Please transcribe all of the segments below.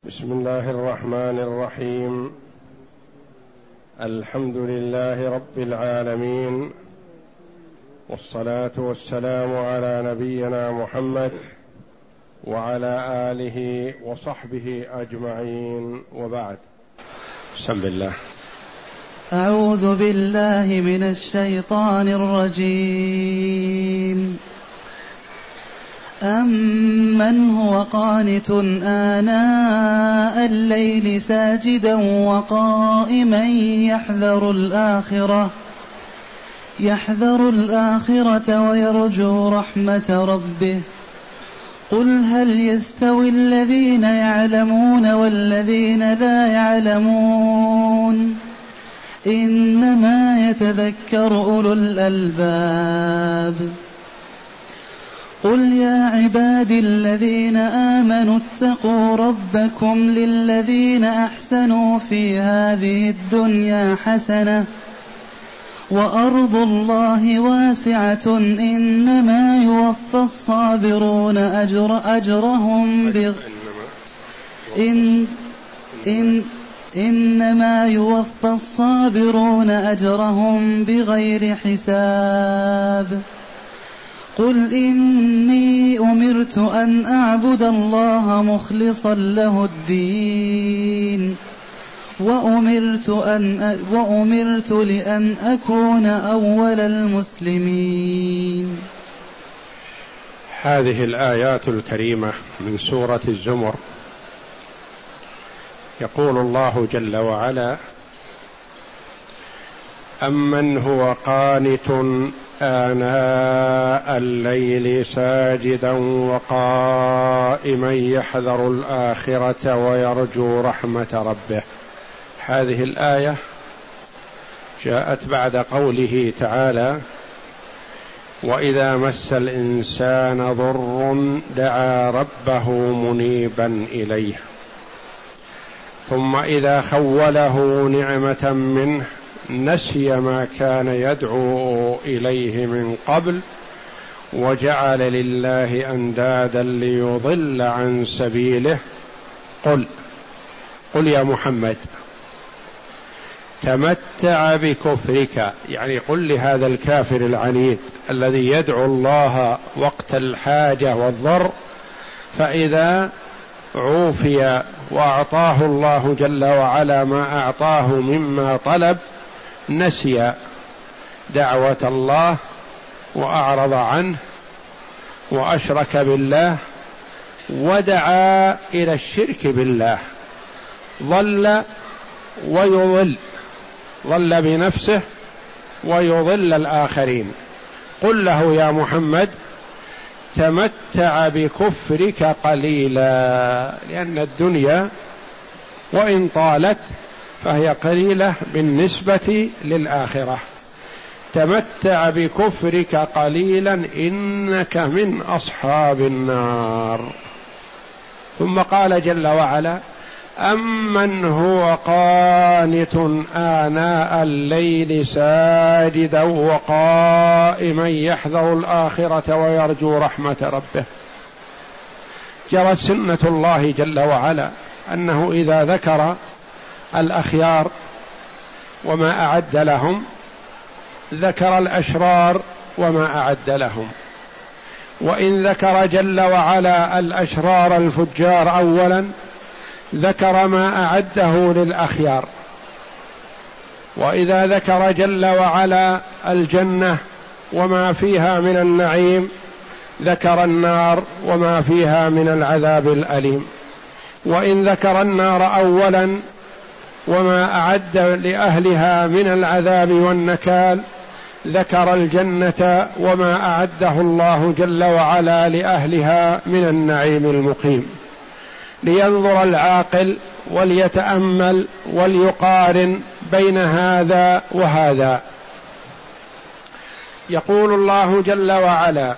بسم الله الرحمن الرحيم. الحمد لله رب العالمين، والصلاة والسلام على نبينا محمد وعلى آله وصحبه أجمعين، وبعد. بسم الله. أعوذ بالله من الشيطان الرجيم. أمن هو قانت آناء الليل ساجدا وقائما يحذر الآخرة ويرجو رحمة ربه. قل هل يستوي الذين يعلمون والذين لا يعلمون؟ إنما يتذكر أولو الألباب. قل يا عبادي الذين آمنوا اتقوا ربكم للذين أحسنوا في هذه الدنيا حسنة وأرض الله واسعة إنما يوفى الصابرون أجرهم بغير حساب. قل إني أمرت أن أعبد الله مخلصا له الدين وأمرت لأن أكون أول المسلمين. هذه الآيات الكريمة من سورة الزمر يقول الله جل وعلا: أمن هو قانت آناء الليل ساجدا وقائما يحذر الآخرة ويرجو رحمة ربه. هذه الآية جاءت بعد قوله تعالى: وإذا مس الإنسان ضر دعا ربه منيبا إليه، ثم إذا خوله نعمة منه نسي ما كان يدعو إليه من قبل وجعل لله أندادا ليضل عن سبيله. قل يا محمد تمتع بكفرك، يعني قل لهذا الكافر العنيد الذي يدعو الله وقت الحاجة والضر، فإذا عوفي وأعطاه الله جل وعلا ما أعطاه مما طلب نسي دعوة الله وأعرض عنه وأشرك بالله ودعا إلى الشرك بالله، ضل ويضل، ضل بنفسه ويضل الآخرين. قل له يا محمد تمتع بكفرك قليلا، لأن الدنيا وإن طالت فهي قليلة بالنسبة للآخرة. تمتع بكفرك قليلا إنك من أصحاب النار. ثم قال جل وعلا: أمن هو قانت آناء الليل ساجدا وقائما يحذر الآخرة ويرجو رحمة ربه. جرت سنة الله جل وعلا أنه إذا ذكر الأخيار وما أعد لهم ذكر الأشرار وما أعد لهم، وإن ذكر جل وعلا الأشرار الفجار أولا ذكر ما أعده للأخيار، وإذا ذكر جل وعلا الجنة وما فيها من النعيم ذكر النار وما فيها من العذاب الأليم، وإن ذكر النار أولا وما أعد لأهلها من العذاب والنكال ذكر الجنة وما أعده الله جل وعلا لأهلها من النعيم المقيم، لينظر العاقل وليتأمل وليقارن بين هذا وهذا. يقول الله جل وعلا: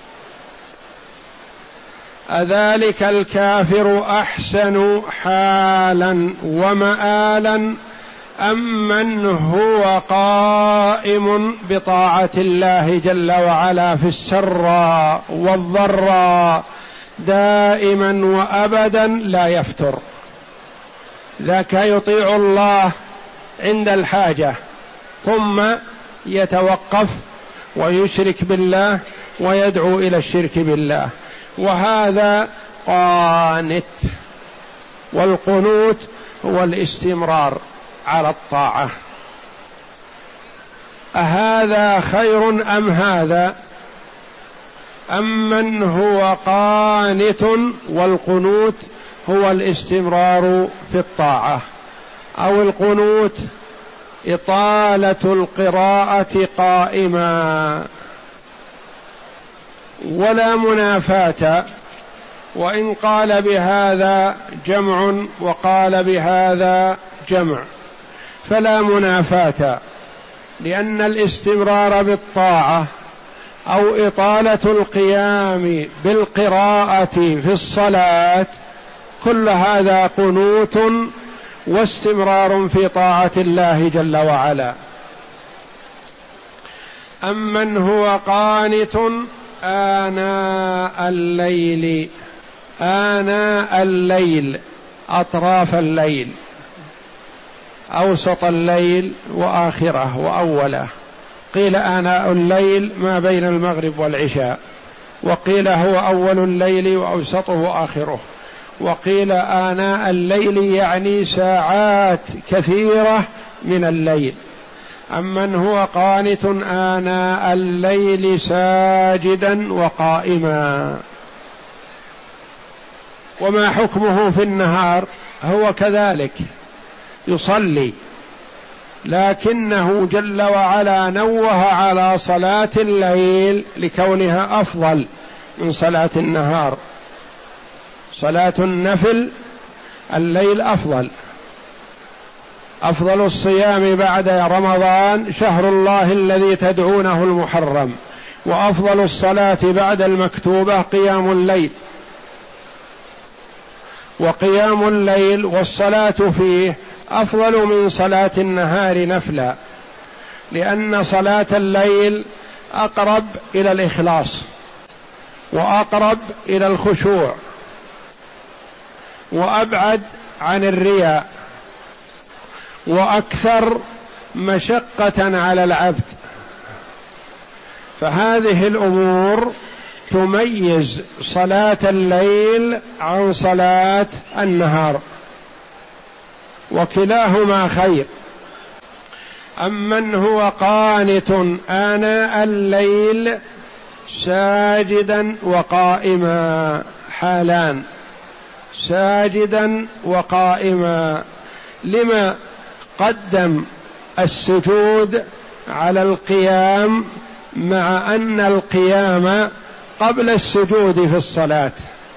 أذلك الكافر أحسن حالا ومآلا أمن هو قائم بطاعة الله جل وعلا في السراء والضراء دائما وأبدا لا يفتر. ذاك يطيع الله عند الحاجة ثم يتوقف ويشرك بالله ويدعو إلى الشرك بالله، وهذا قانت. والقنوت هو الاستمرار على الطاعة. أهذا خير أم هذا؟ أمن هو قانت، والقنوت هو الاستمرار في الطاعة، أو القنوت إطالة القراءة قائما، ولا منافاة. وإن قال بهذا جمع وقال بهذا جمع فلا منافاة، لأن الاستمرار بالطاعة أو إطالة القيام بالقراءة في الصلاة كل هذا قنوت واستمرار في طاعة الله جل وعلا. أمن هو قانت آناء الليل، آناء الليل أطراف الليل، أوسط الليل وآخره وأوله، قيل آناء الليل ما بين المغرب والعشاء، وقيل هو أول الليل وأوسطه وآخره، وقيل آناء الليل يعني ساعات كثيرة من الليل. أمن هو قانت آناء الليل ساجدا وقائما. وما حكمه في النهار؟ هو كذلك يصلي، لكنه جل وعلا نوه على صلاة الليل لكونها أفضل من صلاة النهار. صلاة النفل الليل أفضل الصيام بعد رمضان شهر الله الذي تدعونه المحرم، وأفضل الصلاة بعد المكتوبة قيام الليل، وقيام الليل والصلاة فيه أفضل من صلاة النهار نفلا، لأن صلاة الليل أقرب إلى الإخلاص وأقرب إلى الخشوع وأبعد عن الرياء وأكثر مشقة على العبد. فهذه الأمور تميز صلاة الليل عن صلاة النهار، وكلاهما خير. أمن هو قانت آناء الليل ساجدا وقائما، حالان، ساجدا وقائما. لما قدم السجود على القيام مع أن القيام قبل السجود في الصلاة؟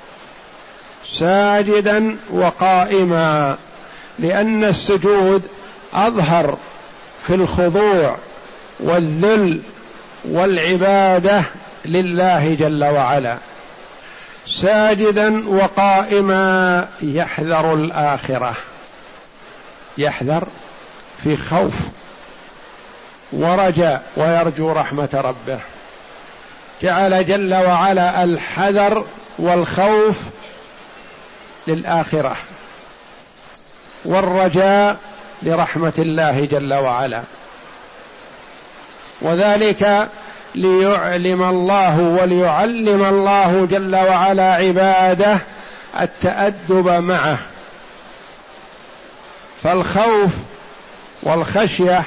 ساجدا وقائما، لأن السجود أظهر في الخضوع والذل والعبادة لله جل وعلا. ساجدا وقائما يحذر الآخرة، يحذر في خوف ورجاء ويرجو رحمة ربه. جعل جل وعلا الحذر والخوف للآخرة والرجاء لرحمة الله جل وعلا، وذلك ليعلم الله وليعلم الله جل وعلا عباده التأدب معه. فالخوف والخشية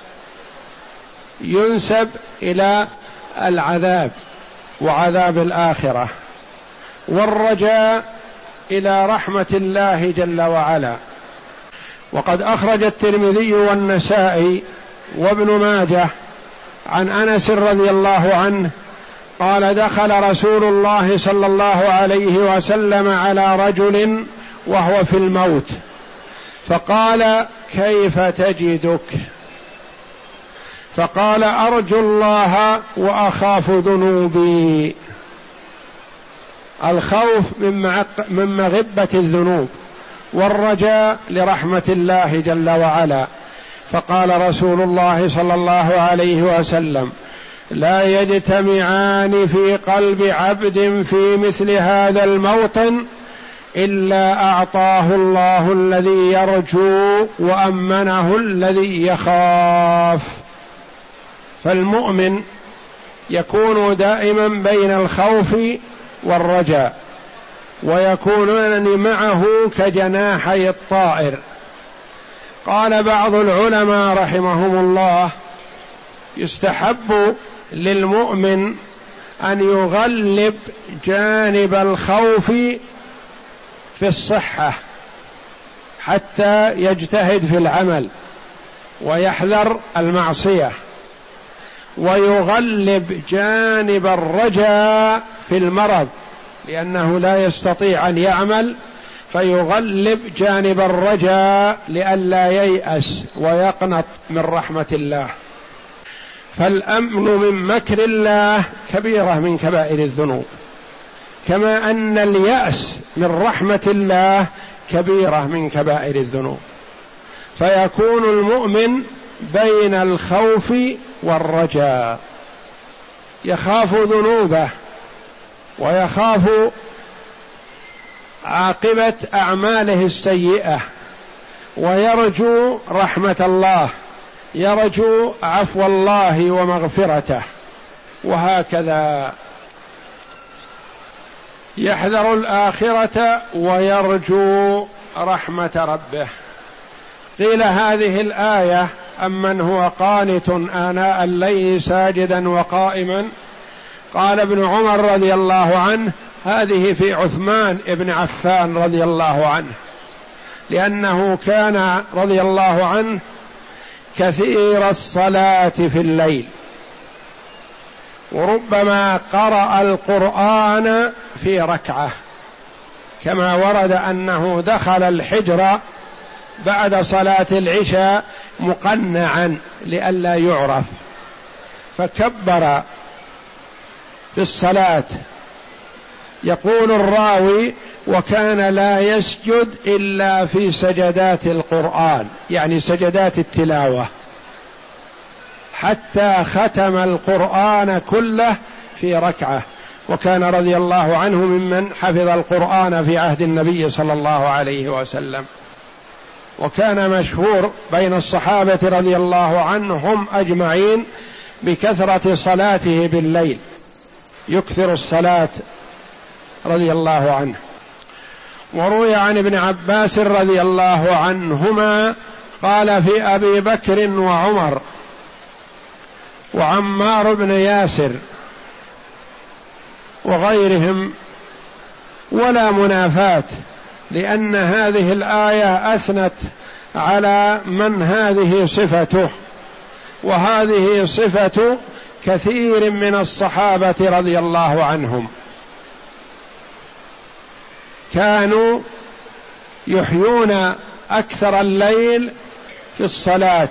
ينسب إلى العذاب وعذاب الآخرة، والرجاء إلى رحمة الله جل وعلا. وقد أخرج الترمذي والنسائي وابن ماجه عن أنس رضي الله عنه قال: دخل رسول الله صلى الله عليه وسلم على رجل وهو في الموت، فقال: كيف تجدك؟ فقال: أرجو الله وأخاف ذنوبي. الخوف من مغبة الذنوب، والرجاء لرحمة الله جل وعلا. فقال رسول الله صلى الله عليه وسلم: لا يجتمعان في قلب عبد في مثل هذا الموطن إلا أعطاه الله الذي يرجو وأمنه الذي يخاف. فالمؤمن يكون دائما بين الخوف والرجاء، ويكونان معه كجناحي الطائر. قال بعض العلماء رحمهم الله: يستحب للمؤمن أن يغلب جانب الخوف في الصحة حتى يجتهد في العمل ويحذر المعصية، ويغلب جانب الرجاء في المرض لأنه لا يستطيع أن يعمل، فيغلب جانب الرجاء لئلا ييأس ويقنط من رحمة الله. فالأمن من مكر الله كبيرة من كبائر الذنوب، كما أن اليأس من رحمة الله كبيرة من كبائر الذنوب. فيكون المؤمن بين الخوف والرجاء، يخاف ذنوبه ويخاف عاقبة أعماله السيئة، ويرجو رحمة الله، يرجو عفو الله ومغفرته، وهكذا يحذر الآخرة ويرجو رحمة ربه. قيل هذه الآية أمن هو قانت آناء الليل ساجدا وقائما. قال ابن عمر رضي الله عنه: هذه في عثمان بن عفان رضي الله عنه، لأنه كان رضي الله عنه كثير الصلاة في الليل، وربما قرأ القرآن في ركعة، كما ورد أنه دخل الحجر بعد صلاة العشاء مقنعا لئلا يعرف، فكبر في الصلاة. يقول الراوي: وكان لا يسجد إلا في سجدات القرآن، يعني سجدات التلاوة، حتى ختم القرآن كله في ركعة. وكان رضي الله عنه ممن حفظ القرآن في عهد النبي صلى الله عليه وسلم. وكان مشهور بين الصحابة رضي الله عنهم أجمعين بكثرة صلاته بالليل، يكثر الصلاة رضي الله عنه. وروي عن ابن عباس رضي الله عنهما قال في أبي بكر وعمر وعمار بن ياسر وغيرهم ولا منافاة، لأن هذه الآية أثنت على من هذه صفته، وهذه صفة كثير من الصحابة رضي الله عنهم، كانوا يحيون أكثر الليل في الصلاة،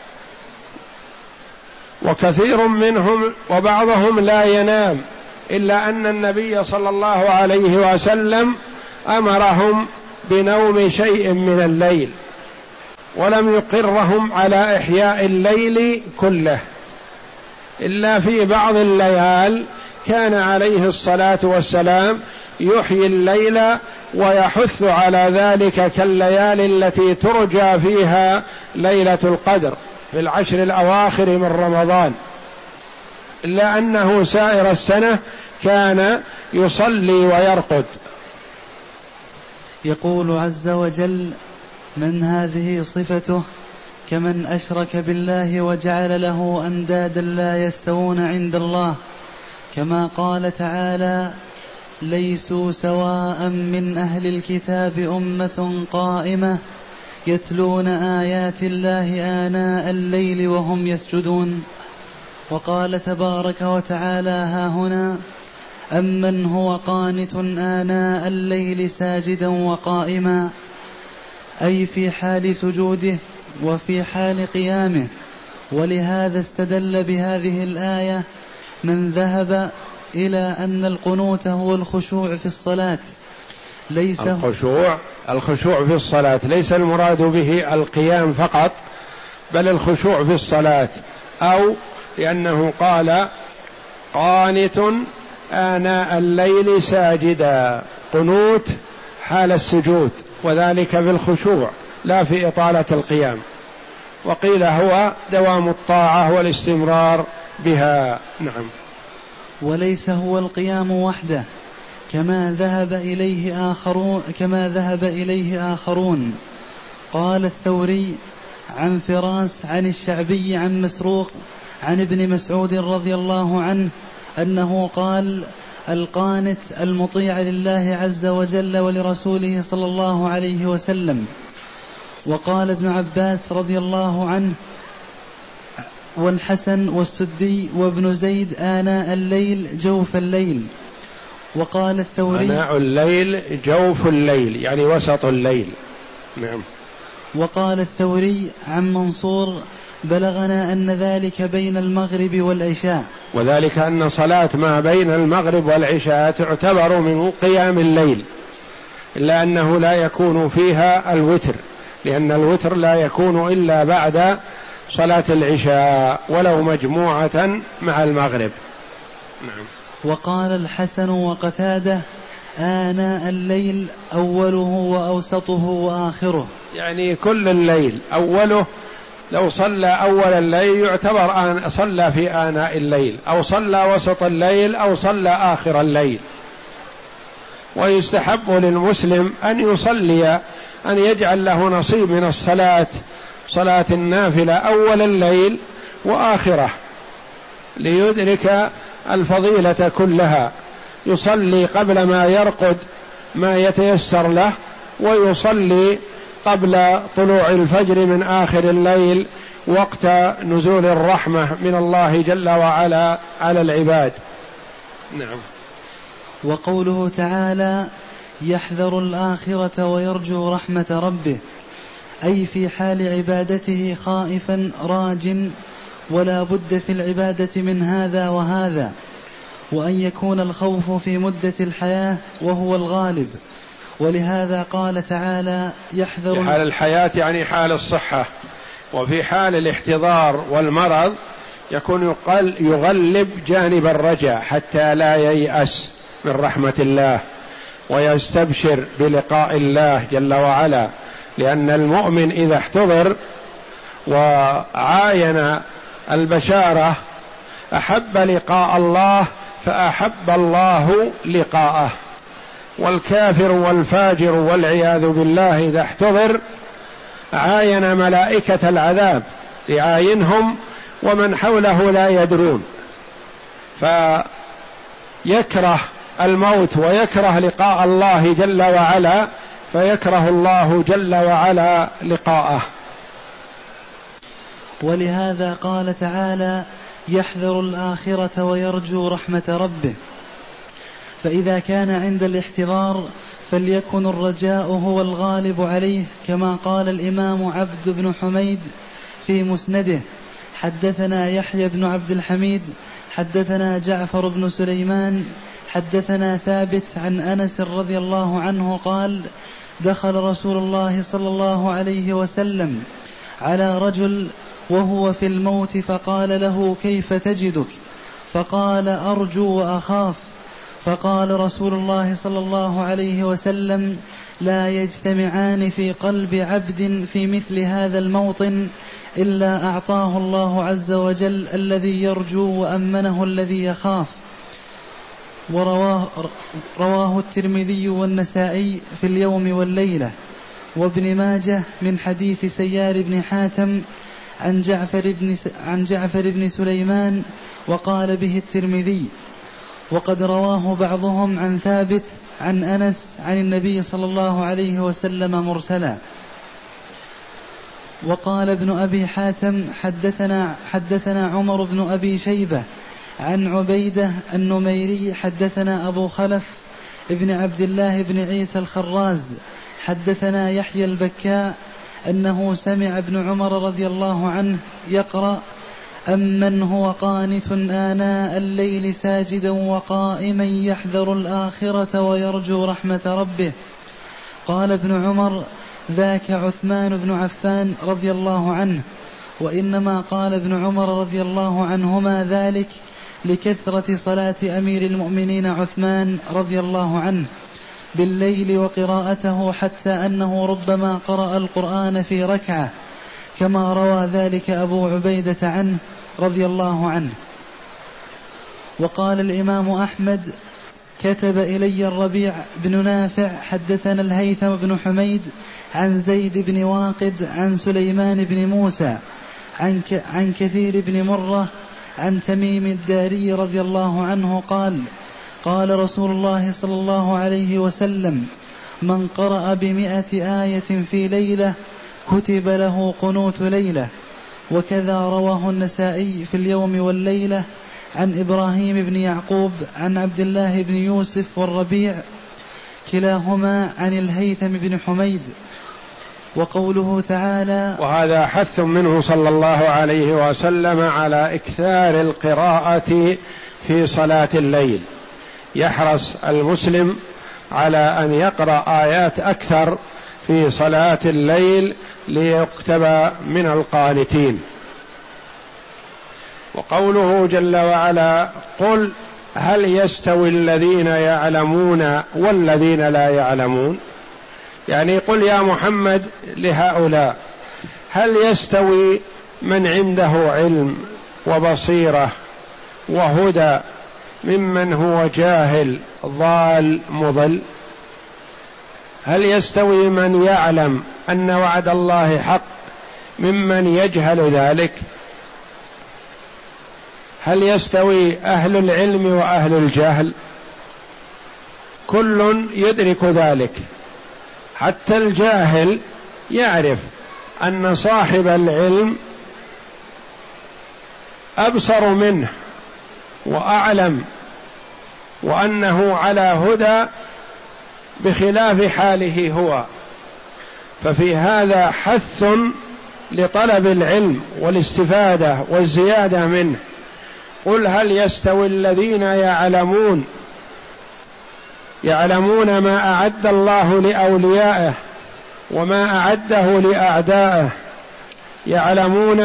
وكثير منهم وبعضهم لا ينام، إلا أن النبي صلى الله عليه وسلم أمرهم بنوم شيء من الليل، ولم يقرهم على إحياء الليل كله، إلا في بعض الليال كان عليه الصلاة والسلام يحيي الليل ويحث على ذلك، كالليالي التي ترجى فيها ليلة القدر في العشر الأواخر من رمضان، إلا أنه سائر السنة كان يصلي ويرقد. يقول عز وجل: من هذه صفته كمن أشرك بالله وجعل له أندادا لا يستوون عند الله، كما قال تعالى: ليسوا سواء من أهل الكتاب أمة قائمة يتلون آيات الله آناء الليل وهم يسجدون. وقال تبارك وتعالى ها هنا: أمن هو قانت آناء الليل ساجدا وقائما، أي في حال سجوده وفي حال قيامه. ولهذا استدل بهذه الآية من ذهب إلى أن القنوت هو الخشوع في الصلاة، ليس الخشوع في الصلاة، ليس المراد به القيام فقط، بل الخشوع في الصلاة، أو لأنه قال: قانت آناء الليل ساجدا، قنوت حال السجود، وذلك في الخشوع لا في إطالة القيام. وقيل هو دوام الطاعة والاستمرار بها. نعم. وليس هو القيام وحده كما ذهب إليه آخرون. قال الثوري عن فراس عن الشعبي عن مسروق عن ابن مسعود رضي الله عنه أنه قال: القانت المطيع لله عز وجل ولرسوله صلى الله عليه وسلم. وقال ابن عباس رضي الله عنه والحسن والسدي وابن زيد آناء الليل جوف الليل. وقال الثوري آناء الليل جوف الليل يعني وسط الليل. نعم. وقال الثوري عن منصور: بلغنا أن ذلك بين المغرب والعشاء. وذلك أن صلاة ما بين المغرب والعشاء تعتبر من قيام الليل، إلا أنه لا يكون فيها الوتر، لأن الوتر لا يكون إلا بعد صلاة العشاء ولو مجموعة مع المغرب. نعم. وقال الحسن وقتادة: آناء الليل أوله وأوسطه وآخره، يعني كل الليل أوله، لو صلى أول الليل يعتبر صلى في آناء الليل، أو صلى وسط الليل، أو صلى آخر الليل. ويستحب للمسلم أن يصلي، أن يجعل له نصيب من الصلاة، صلاة النافلة أول الليل وآخره، ليدرك الفضيلة كلها. يصلي قبل ما يرقد ما يتيسر له، ويصلي قبل طلوع الفجر من آخر الليل وقت نزول الرحمة من الله جل وعلا على العباد. نعم. وقوله تعالى: يحذر الآخرة ويرجو رحمة ربه، أي في حال عبادته خائفا راج، ولا بد في العبادة من هذا وهذا، وأن يكون الخوف في مدة الحياة وهو الغالب. ولهذا قال تعالى: يحذر في حال الحياة يعني حال الصحة، وفي حال الاحتضار والمرض يكون يغلب جانب الرجاء حتى لا ييأس من رحمة الله ويستبشر بلقاء الله جل وعلا، لأن المؤمن إذا احتضر وعاين البشارة أحب لقاء الله فأحب الله لقاءه. والكافر والفاجر والعياذ بالله إذا احتضر عاين ملائكة العذاب يعاينهم ومن حوله لا يدرون، فيكره الموت ويكره لقاء الله جل وعلا، فيكره الله جل وعلا لقاءه. ولهذا قال تعالى: يحذر الآخرة ويرجو رحمة ربه. فإذا كان عند الاحتضار فليكن الرجاء هو الغالب عليه، كما قال الإمام عبد بن حميد في مسنده: حدثنا يحيى بن عبد الحميد حدثنا جعفر بن سليمان حدثنا ثابت عن أنس رضي الله عنه قال: دخل رسول الله صلى الله عليه وسلم على رجل وهو في الموت فقال له: كيف تجدك؟ فقال: أرجو وأخاف. فقال رسول الله صلى الله عليه وسلم: لا يجتمعان في قلب عبد في مثل هذا الموطن إلا أعطاه الله عز وجل الذي يرجو وأمنه الذي يخاف. رواه الترمذي والنسائي في اليوم والليلة، وابن ماجه من حديث سيار بن حاتم عن جعفر بن سليمان، وقال به الترمذي. وقد رواه بعضهم عن ثابت عن أنس عن النبي صلى الله عليه وسلم مرسلا. وقال ابن أبي حاتم: حدثنا عمر بن أبي شيبة عن عبيدة النميري حدثنا أبو خلف ابن عبد الله بن عيسى الخراز حدثنا يحيى البكاء أنه سمع ابن عمر رضي الله عنه يقرأ: أمن هو قانت آناء الليل ساجدا وقائما يحذر الآخرة ويرجو رحمة ربه. قال ابن عمر: ذاك عثمان بن عفان رضي الله عنه. وإنما قال ابن عمر رضي الله عنهما ذلك لكثرة صلاة أمير المؤمنين عثمان رضي الله عنه، بالليل وقراءته حتى أنه ربما قرأ القرآن في ركعة، كما روى ذلك أبو عبيدة عنه رضي الله عنه. وقال الإمام أحمد: كتب إلي الربيع بن نافع حدثنا الهيثم بن حميد عن زيد بن واقد عن سليمان بن موسى عن كثير بن مرة عن تميم الداري رضي الله عنه قال: قال رسول الله صلى الله عليه وسلم: من قرأ ب100 آية في ليلة كتب له قنوت ليلة. وكذا رواه النسائي في اليوم والليلة عن إبراهيم بن يعقوب عن عبد الله بن يوسف والربيع كلاهما عن الهيثم بن حميد. وقوله تعالى، وهذا حث منه صلى الله عليه وسلم على إكثار القراءة في صلاة الليل، يحرص المسلم على أن يقرأ آيات أكثر في صلاة الليل ليكتب من القانتين. وقوله جل وعلا: قل هل يستوي الذين يعلمون والذين لا يعلمون، يعني قل يا محمد لهؤلاء: هل يستوي من عنده علم وبصيرة وهدى ممن هو جاهل ضال مضل؟ هل يستوي من يعلم أن وعد الله حق ممن يجهل ذلك؟ هل يستوي أهل العلم وأهل الجهل؟ كل يدرك ذلك، حتى الجاهل يعرف أن صاحب العلم أبصر منه وأعلم، وأنه على هدى بخلاف حاله هو. ففي هذا حث لطلب العلم والاستفادة والزيادة منه. قل هل يستوي الذين يعلمون ما أعد الله لأوليائه وما أعده لأعدائه، يعلمون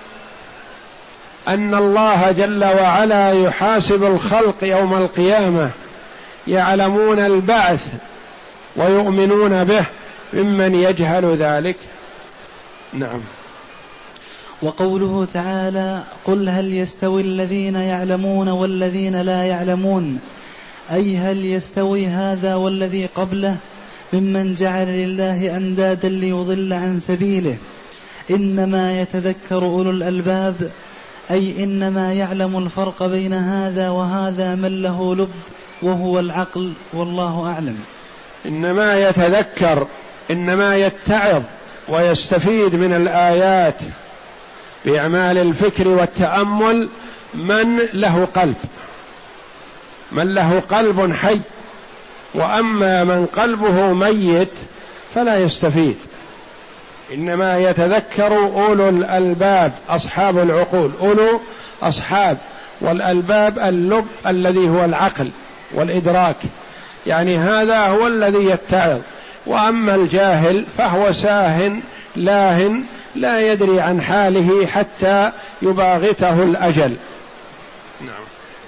أن الله جل وعلا يحاسب الخلق يوم القيامة، يعلمون البعث ويؤمنون به، ممن يجهل ذلك؟ نعم. وقوله تعالى: قل هل يستوي الذين يعلمون والذين لا يعلمون، أي هل يستوي هذا والذي قبله ممن جعل لله أندادا ليضل عن سبيله؟ إنما يتذكر أولو الألباب، أي إنما يعلم الفرق بين هذا وهذا من له لب وهو العقل، والله أعلم. إنما يتذكر، إنما يتعظ ويستفيد من الآيات بأعمال الفكر والتأمل من له قلب، من له قلب حي. وأما من قلبه ميت فلا يستفيد. إنما يتذكر أولو الألباب، أصحاب العقول. أولو أصحاب، والألباب اللب الذي هو العقل والإدراك، يعني هذا هو الذي يتعظ. وأما الجاهل فهو ساهن لاهن لا يدري عن حاله حتى يباغته الأجل. نعم.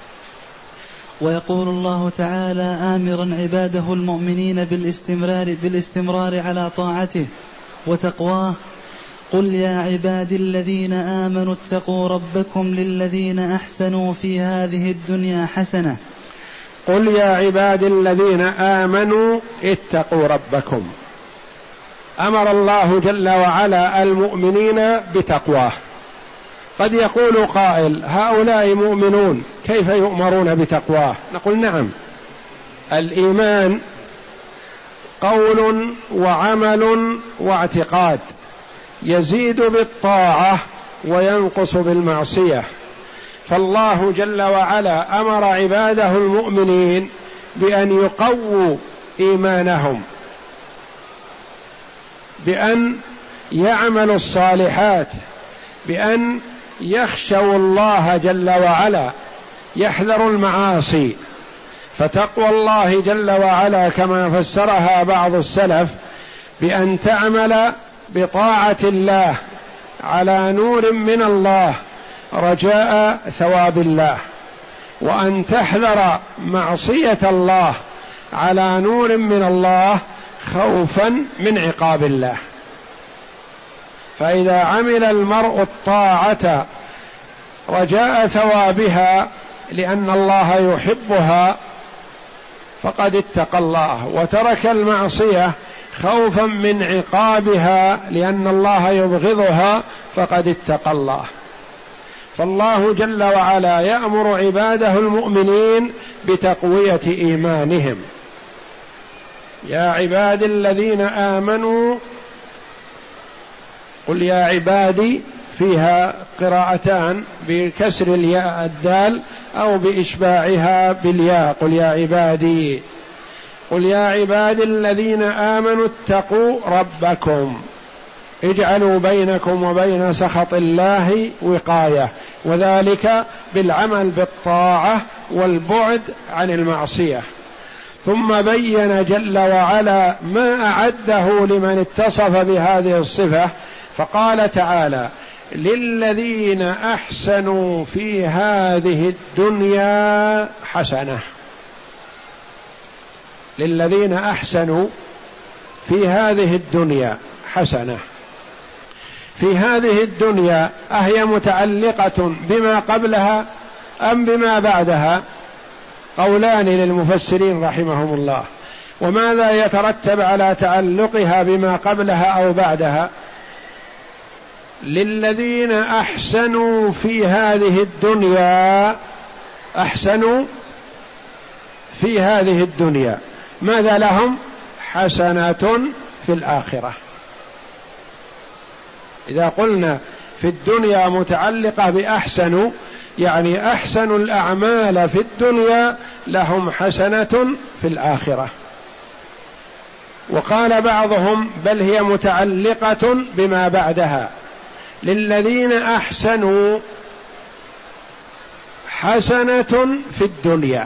ويقول الله تعالى آمرا عباده المؤمنين بالاستمرار على طاعته وتقواه: قل يا عبادي الذين آمنوا اتقوا ربكم للذين أحسنوا في هذه الدنيا حسنة. قل يا عبادي الذين آمنوا اتقوا ربكم. أمر الله جل وعلا المؤمنين بتقواه. قد يقول قائل: هؤلاء مؤمنون كيف يؤمرون بتقواه؟ نقول: نعم، الإيمان قول وعمل واعتقاد، يزيد بالطاعة وينقص بالمعصية. فالله جل وعلا أمر عباده المؤمنين بأن يقووا إيمانهم، بأن يعملوا الصالحات، بأن يخشوا الله جل وعلا، يحذروا المعاصي. فتقوى الله جل وعلا كما فسرها بعض السلف بأن تعمل بطاعة الله على نور من الله رجاء ثواب الله، وأن تحذر معصية الله على نور من الله خوفا من عقاب الله. فإذا عمل المرء الطاعة رجاء ثوابها لأن الله يحبها فقد اتقى الله، وترك المعصية خوفا من عقابها لأن الله يبغضها فقد اتقى الله. فالله جل وعلا يأمر عباده المؤمنين بتقوية إيمانهم. يا عبادي الذين آمنوا، قل يا عبادي، فيها قراءتان بكسر الياء الدال أو بإشباعها بالياء، قل يا عبادي، قل يا عبادي الذين آمنوا اتقوا ربكم اجعلوا بينكم وبين سخط الله وقاية، وذلك بالعمل بالطاعة والبعد عن المعصية. ثم بين جل وعلا ما أعده لمن اتصف بهذه الصفة، فقال تعالى: للذين أحسنوا في هذه الدنيا حسنة. للذين أحسنوا في هذه الدنيا حسنة. في هذه الدنيا أهي متعلقة بما قبلها أم بما بعدها؟ قولان للمفسرين رحمهم الله. وماذا يترتب على تعلقها بما قبلها أو بعدها؟ للذين أحسنوا في هذه الدنيا، أحسنوا في هذه الدنيا، ماذا لهم؟ حسنة في الآخرة. إذا قلنا في الدنيا متعلقة بأحسنوا، يعني أحسن الأعمال في الدنيا لهم حسنة في الآخرة. وقال بعضهم بل هي متعلقة بما بعدها، للذين أحسنوا حسنة في الدنيا،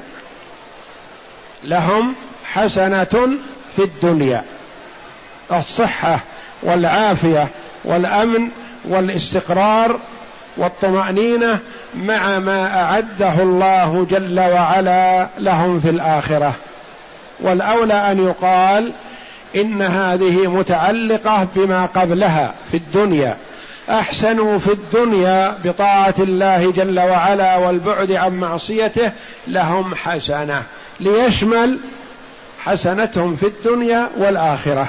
لهم حسنة في الدنيا، الصحة والعافية والأمن والاستقرار والطمأنينة مع ما أعده الله جل وعلا لهم في الآخرة. والأولى أن يقال إن هذه متعلقة بما قبلها في الدنيا. أحسنوا في الدنيا بطاعة الله جل وعلا والبعد عن معصيته لهم حسنة، ليشمل حسنتهم في الدنيا والآخرة.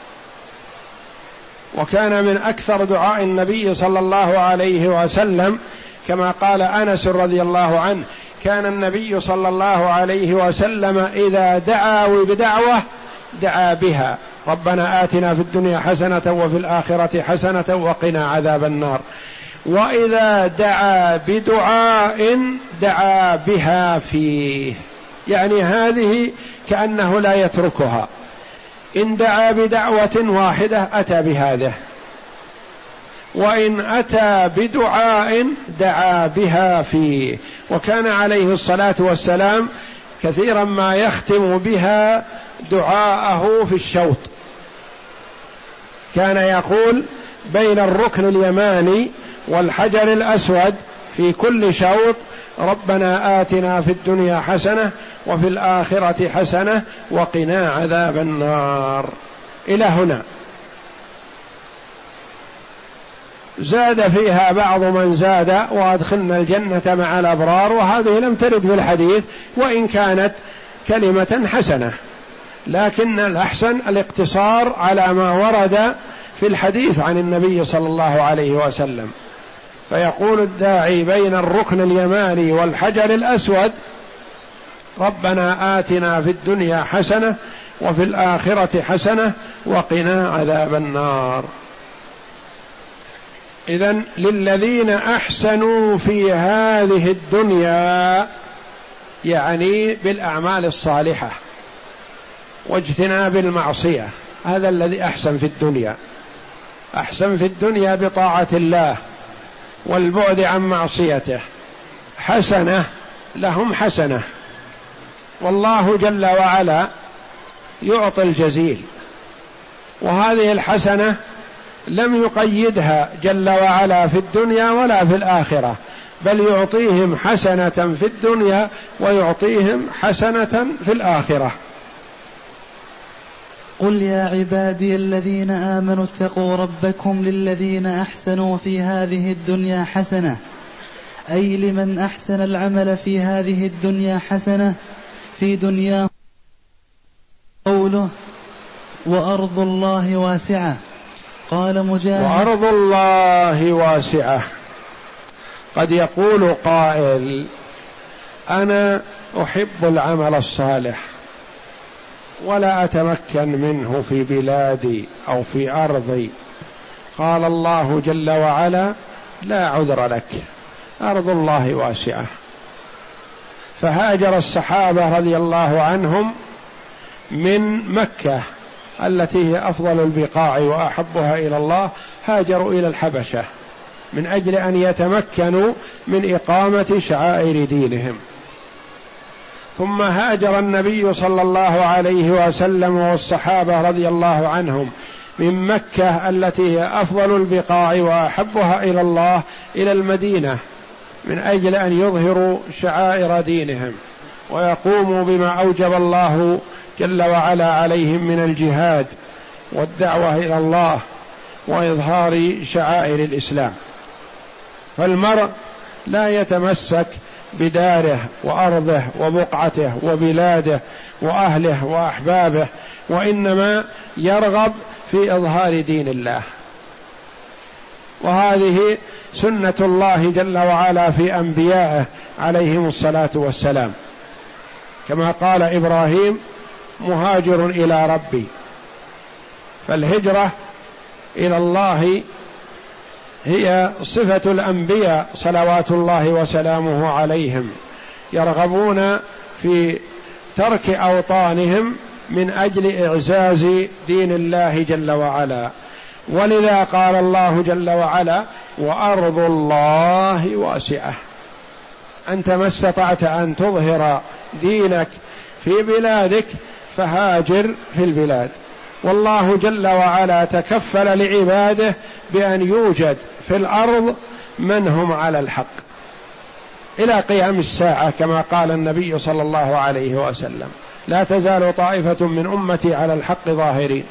وكان من أكثر دعاء النبي صلى الله عليه وسلم كما قال أنس رضي الله عنه: كان النبي صلى الله عليه وسلم إذا دعا بدعوة دعا بها: ربنا آتنا في الدنيا حسنة وفي الآخرة حسنة وقنا عذاب النار. وإذا دعا بدعاء دعا بها فيه، يعني هذه كأنه لا يتركها، إن دعا بدعوة واحدة أتى بهذه، وإن أتى بدعاء دعا بها فيه. وكان عليه الصلاة والسلام كثيرا ما يختم بها دعاءه في الشوط، كان يقول بين الركن اليماني والحجر الأسود في كل شوط: ربنا آتنا في الدنيا حسنة وفي الآخرة حسنة وقنا عذاب النار. إلى هنا زاد فيها بعض من زاد: وأدخلنا الجنة مع الأبرار، وهذه لم ترد في الحديث، وإن كانت كلمة حسنة، لكن الأحسن الاقتصار على ما ورد في الحديث عن النبي صلى الله عليه وسلم. فيقول الداعي بين الركن اليماني والحجر الأسود: ربنا آتنا في الدنيا حسنة وفي الآخرة حسنة وقنا عذاب النار. إذن للذين أحسنوا في هذه الدنيا، يعني بالأعمال الصالحة واجتناب المعصية، هذا الذي أحسن في الدنيا. أحسن في الدنيا بطاعة الله والبعد عن معصيته، حسنة لهم حسنة. والله جل وعلا يعطي الجزيل، وهذه الحسنة لم يقيدها جل وعلا في الدنيا ولا في الآخرة، بل يعطيهم حسنة في الدنيا ويعطيهم حسنة في الآخرة. قل يا عبادي الذين آمنوا اتقوا ربكم للذين أحسنوا في هذه الدنيا حسنة، أي لمن أحسن العمل في هذه الدنيا حسنة في دنياه. قوله وأرض الله واسعة. قال مجاهد وأرض الله واسعة. قد يقول قائل أنا أحب العمل الصالح ولا أتمكن منه في بلادي أو في أرضي. قال الله جل وعلا لا عذر لك، أرض الله واسعة. فهاجر الصحابة رضي الله عنهم من مكة التي هي أفضل البقاع وأحبها إلى الله، هاجروا إلى الحبشة من أجل أن يتمكنوا من إقامة شعائر دينهم. ثم هاجر النبي صلى الله عليه وسلم والصحابة رضي الله عنهم من مكة التي هي أفضل البقاع وأحبها إلى الله إلى المدينة من أجل أن يظهروا شعائر دينهم ويقوموا بما أوجب الله جل وعلا عليهم من الجهاد والدعوة إلى الله وإظهار شعائر الإسلام. فالمرء لا يتمسك بداره وأرضه وبقعته وبلاده وأهله وأحبابه، وإنما يرغب في إظهار دين الله. وهذه سنة الله جل وعلا في أنبيائه عليهم الصلاة والسلام، كما قال إبراهيم مهاجر إلى ربي. فالهجرة إلى الله هي صفة الأنبياء صلوات الله وسلامه عليهم، يرغبون في ترك أوطانهم من أجل إعزاز دين الله جل وعلا. ولذا قال الله جل وعلا وأرض الله واسعة. أنت ما استطعت أن تظهر دينك في بلادك فهاجر في البلاد. والله جل وعلا تكفل لعباده بأن يوجد في الأرض من هم على الحق إلى قيام الساعة، كما قال النبي صلى الله عليه وسلم لا تزال طائفة من أمتي على الحق ظاهرين.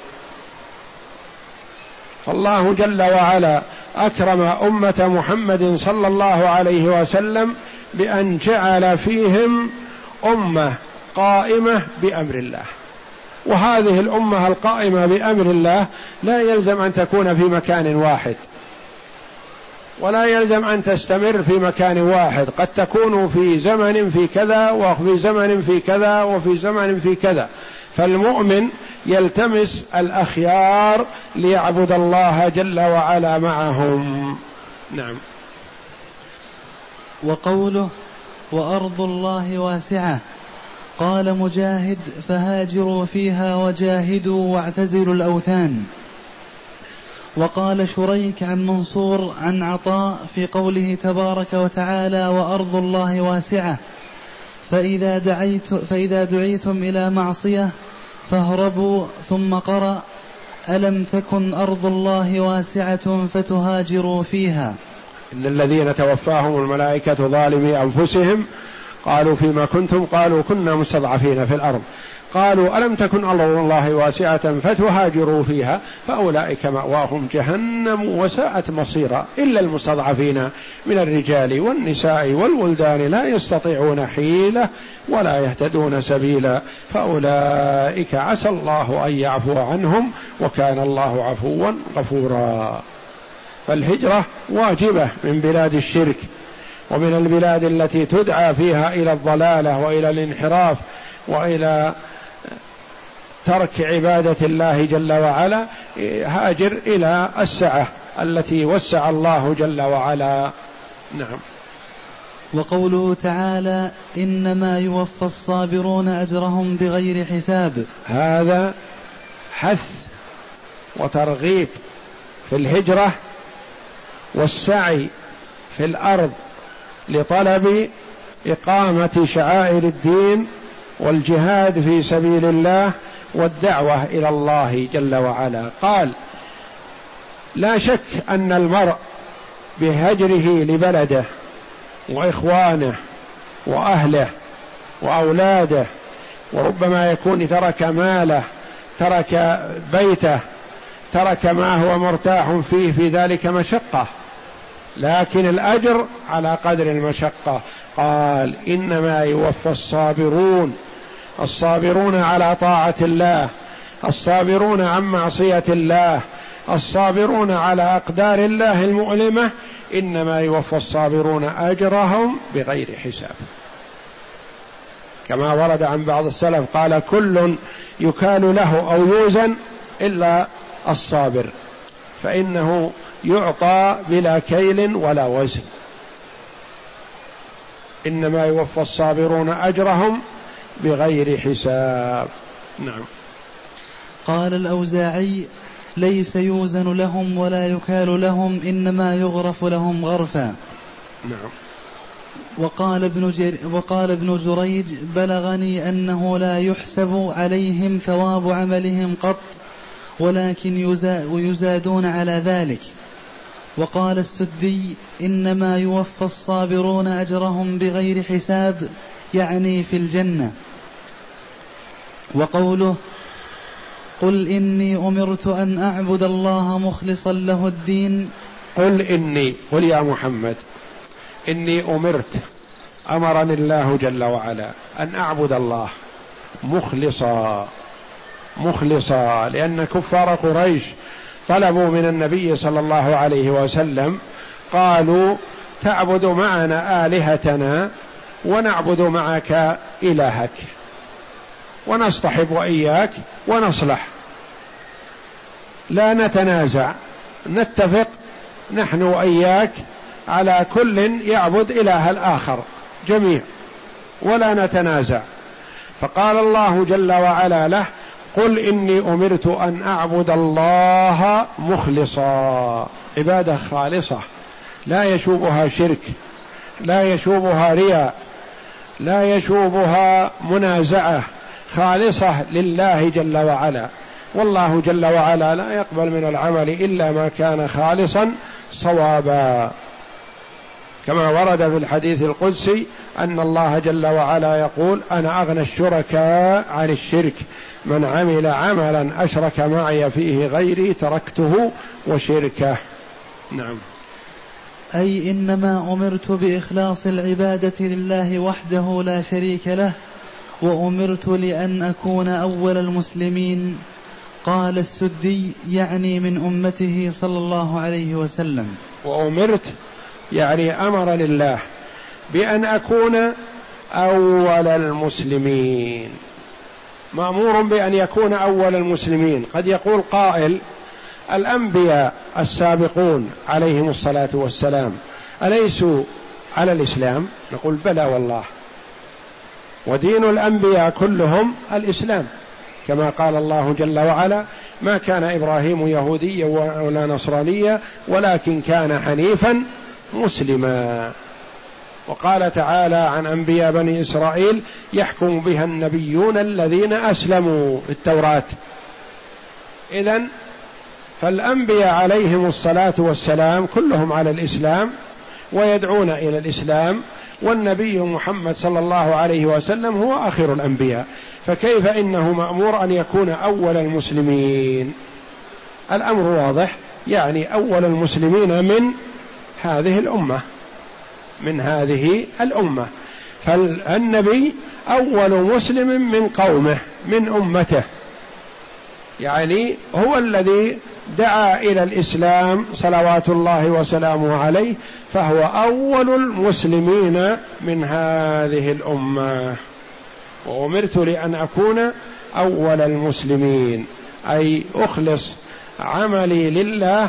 فالله جل وعلا أكرم أمة محمد صلى الله عليه وسلم بأن جعل فيهم أمة قائمة بأمر الله. وهذه الأمة القائمة بأمر الله لا يلزم أن تكون في مكان واحد، ولا يلزم أن تستمر في مكان واحد، قد تكون في زمن في كذا وفي زمن في كذا وفي زمن في كذا. فالمؤمن يلتمس الأخيار ليعبد الله جل وعلا معهم. نعم. وقوله وأرض الله واسعة. قال مجاهد فهاجروا فيها وجاهدوا واعتزلوا الأوثان. وقال شريك عن منصور عن عطاء في قوله تبارك وتعالى وأرض الله واسعة فإذا دعيتم إلى معصية فاهربوا، ثم قرأ ألم تكن أرض الله واسعة فتهاجروا فيها. إن الذين توفاهم الملائكة ظالمي أنفسهم قالوا فيما كنتم قالوا كنا مستضعفين في الأرض قالوا ألم تكن أرض الله واسعة فتهاجروا فيها فأولئك مأواهم جهنم وساءت مصيرا إلا المستضعفين من الرجال والنساء والولدان لا يستطيعون حيلة ولا يهتدون سبيلا فأولئك عسى الله أن يعفو عنهم وكان الله عفوا غفورا. فالهجرة واجبة من بلاد الشرك ومن البلاد التي تدعى فيها إلى الضلالة وإلى الانحراف وإلى ترك عبادة الله جل وعلا. هاجر إلى السعة التي وسع الله جل وعلا. نعم. وقوله تعالى إنما يوفى الصابرون أجرهم بغير حساب. هذا حث وترغيب في الهجرة والسعي في الأرض لطلب إقامة شعائر الدين والجهاد في سبيل الله والدعوة إلى الله جل وعلا. قال لا شك أن المرء بهجره لبلده وإخوانه وأهله وأولاده وربما يكون ترك ماله ترك بيته، ترك ما هو مرتاح فيه، في ذلك مشقة، لكن الأجر على قدر المشقة. قال إنما يوفى الصابرون على طاعة الله، الصابرون عن معصية الله، الصابرون على أقدار الله المؤلمة، إنما يوفى الصابرون أجرهم بغير حساب. كما ورد عن بعض السلف قال كل يكال له أو يوزن إلا الصابر، فإنه يعطى بلا كيل ولا وزن. إنما يوفى الصابرون أجرهم بغير حساب. نعم. قال الأوزاعي: ليس يوزن لهم ولا يكال لهم، إنما يغرف لهم غرفا. نعم. وقال ابن جريج: بلغني أنه لا يحسب عليهم ثواب عملهم قط، ولكن يزادون على ذلك. وقال السدي: إنما يوفى الصابرون أجرهم بغير حساب، يعني في الجنة. وقوله: قل إني أمرت أن أعبد الله مخلصا له الدين. قل يا محمد إني أمرني الله جل وعلا أن أعبد الله مخلصا، لأن كفار قريش طلبوا من النبي صلى الله عليه وسلم، قالوا: تعبد معنا آلهتنا ونعبد معك إلهك، ونصطحب وإياك ونصلح، لا نتنازع، نتفق نحن وإياك على كل يعبد إله الآخر جميع، ولا نتنازع. فقال الله جل وعلا له: قل إني أمرت أن أعبد الله مخلصا، عبادة خالصة لا يشوبها شرك، لا يشوبها رياء، لا يشوبها منازعة، خالصة لله جل وعلا. والله جل وعلا لا يقبل من العمل إلا ما كان خالصا صوابا، كما ورد في الحديث القدسي أن الله جل وعلا يقول: أنا أغنى الشركاء عن الشرك، من عمل عملا أشرك معي فيه غيري تركته وشركه. نعم. أي إنما أمرت بإخلاص العبادة لله وحده لا شريك له، وأمرت لأن أكون أول المسلمين. قال السدي: يعني من أمته صلى الله عليه وسلم. وأمرت يعني أمر لله بأن أكون أول المسلمين، مأمور بأن يكون أول المسلمين. قد يقول قائل: الأنبياء السابقون عليهم الصلاة والسلام أليسوا على الإسلام؟ نقول: بلى والله، ودين الأنبياء كلهم الإسلام، كما قال الله جل وعلا: ما كان إبراهيم يهوديا ولا نصرانيا ولكن كان حنيفا مسلما. وقال تعالى عن أنبياء بني إسرائيل: يحكم بها النبيون الذين أسلموا في التوراة. إذن فالأنبياء عليهم الصلاة والسلام كلهم على الإسلام ويدعون إلى الإسلام، والنبي محمد صلى الله عليه وسلم هو آخر الأنبياء، فكيف إنه مأمور أن يكون أول المسلمين؟ الأمر واضح، يعني أول المسلمين من هذه الأمة، فالنبي أول مسلم من قومه من أمته، يعني هو الذي دعا إلى الإسلام صلوات الله وسلامه عليه، فهو أول المسلمين من هذه الأمة. وأمرت لأن أكون أول المسلمين، أي أخلص عملي لله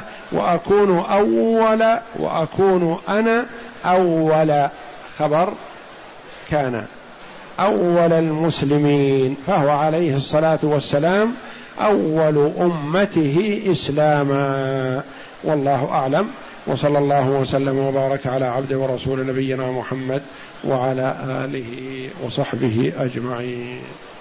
وأكون أنا أول، خبر كان أول المسلمين، فهو عليه الصلاة والسلام أول أمته إسلاما. والله أعلم، وصلى الله وسلم وبارك على عبد ورسول نبينا محمد وعلى آله وصحبه أجمعين.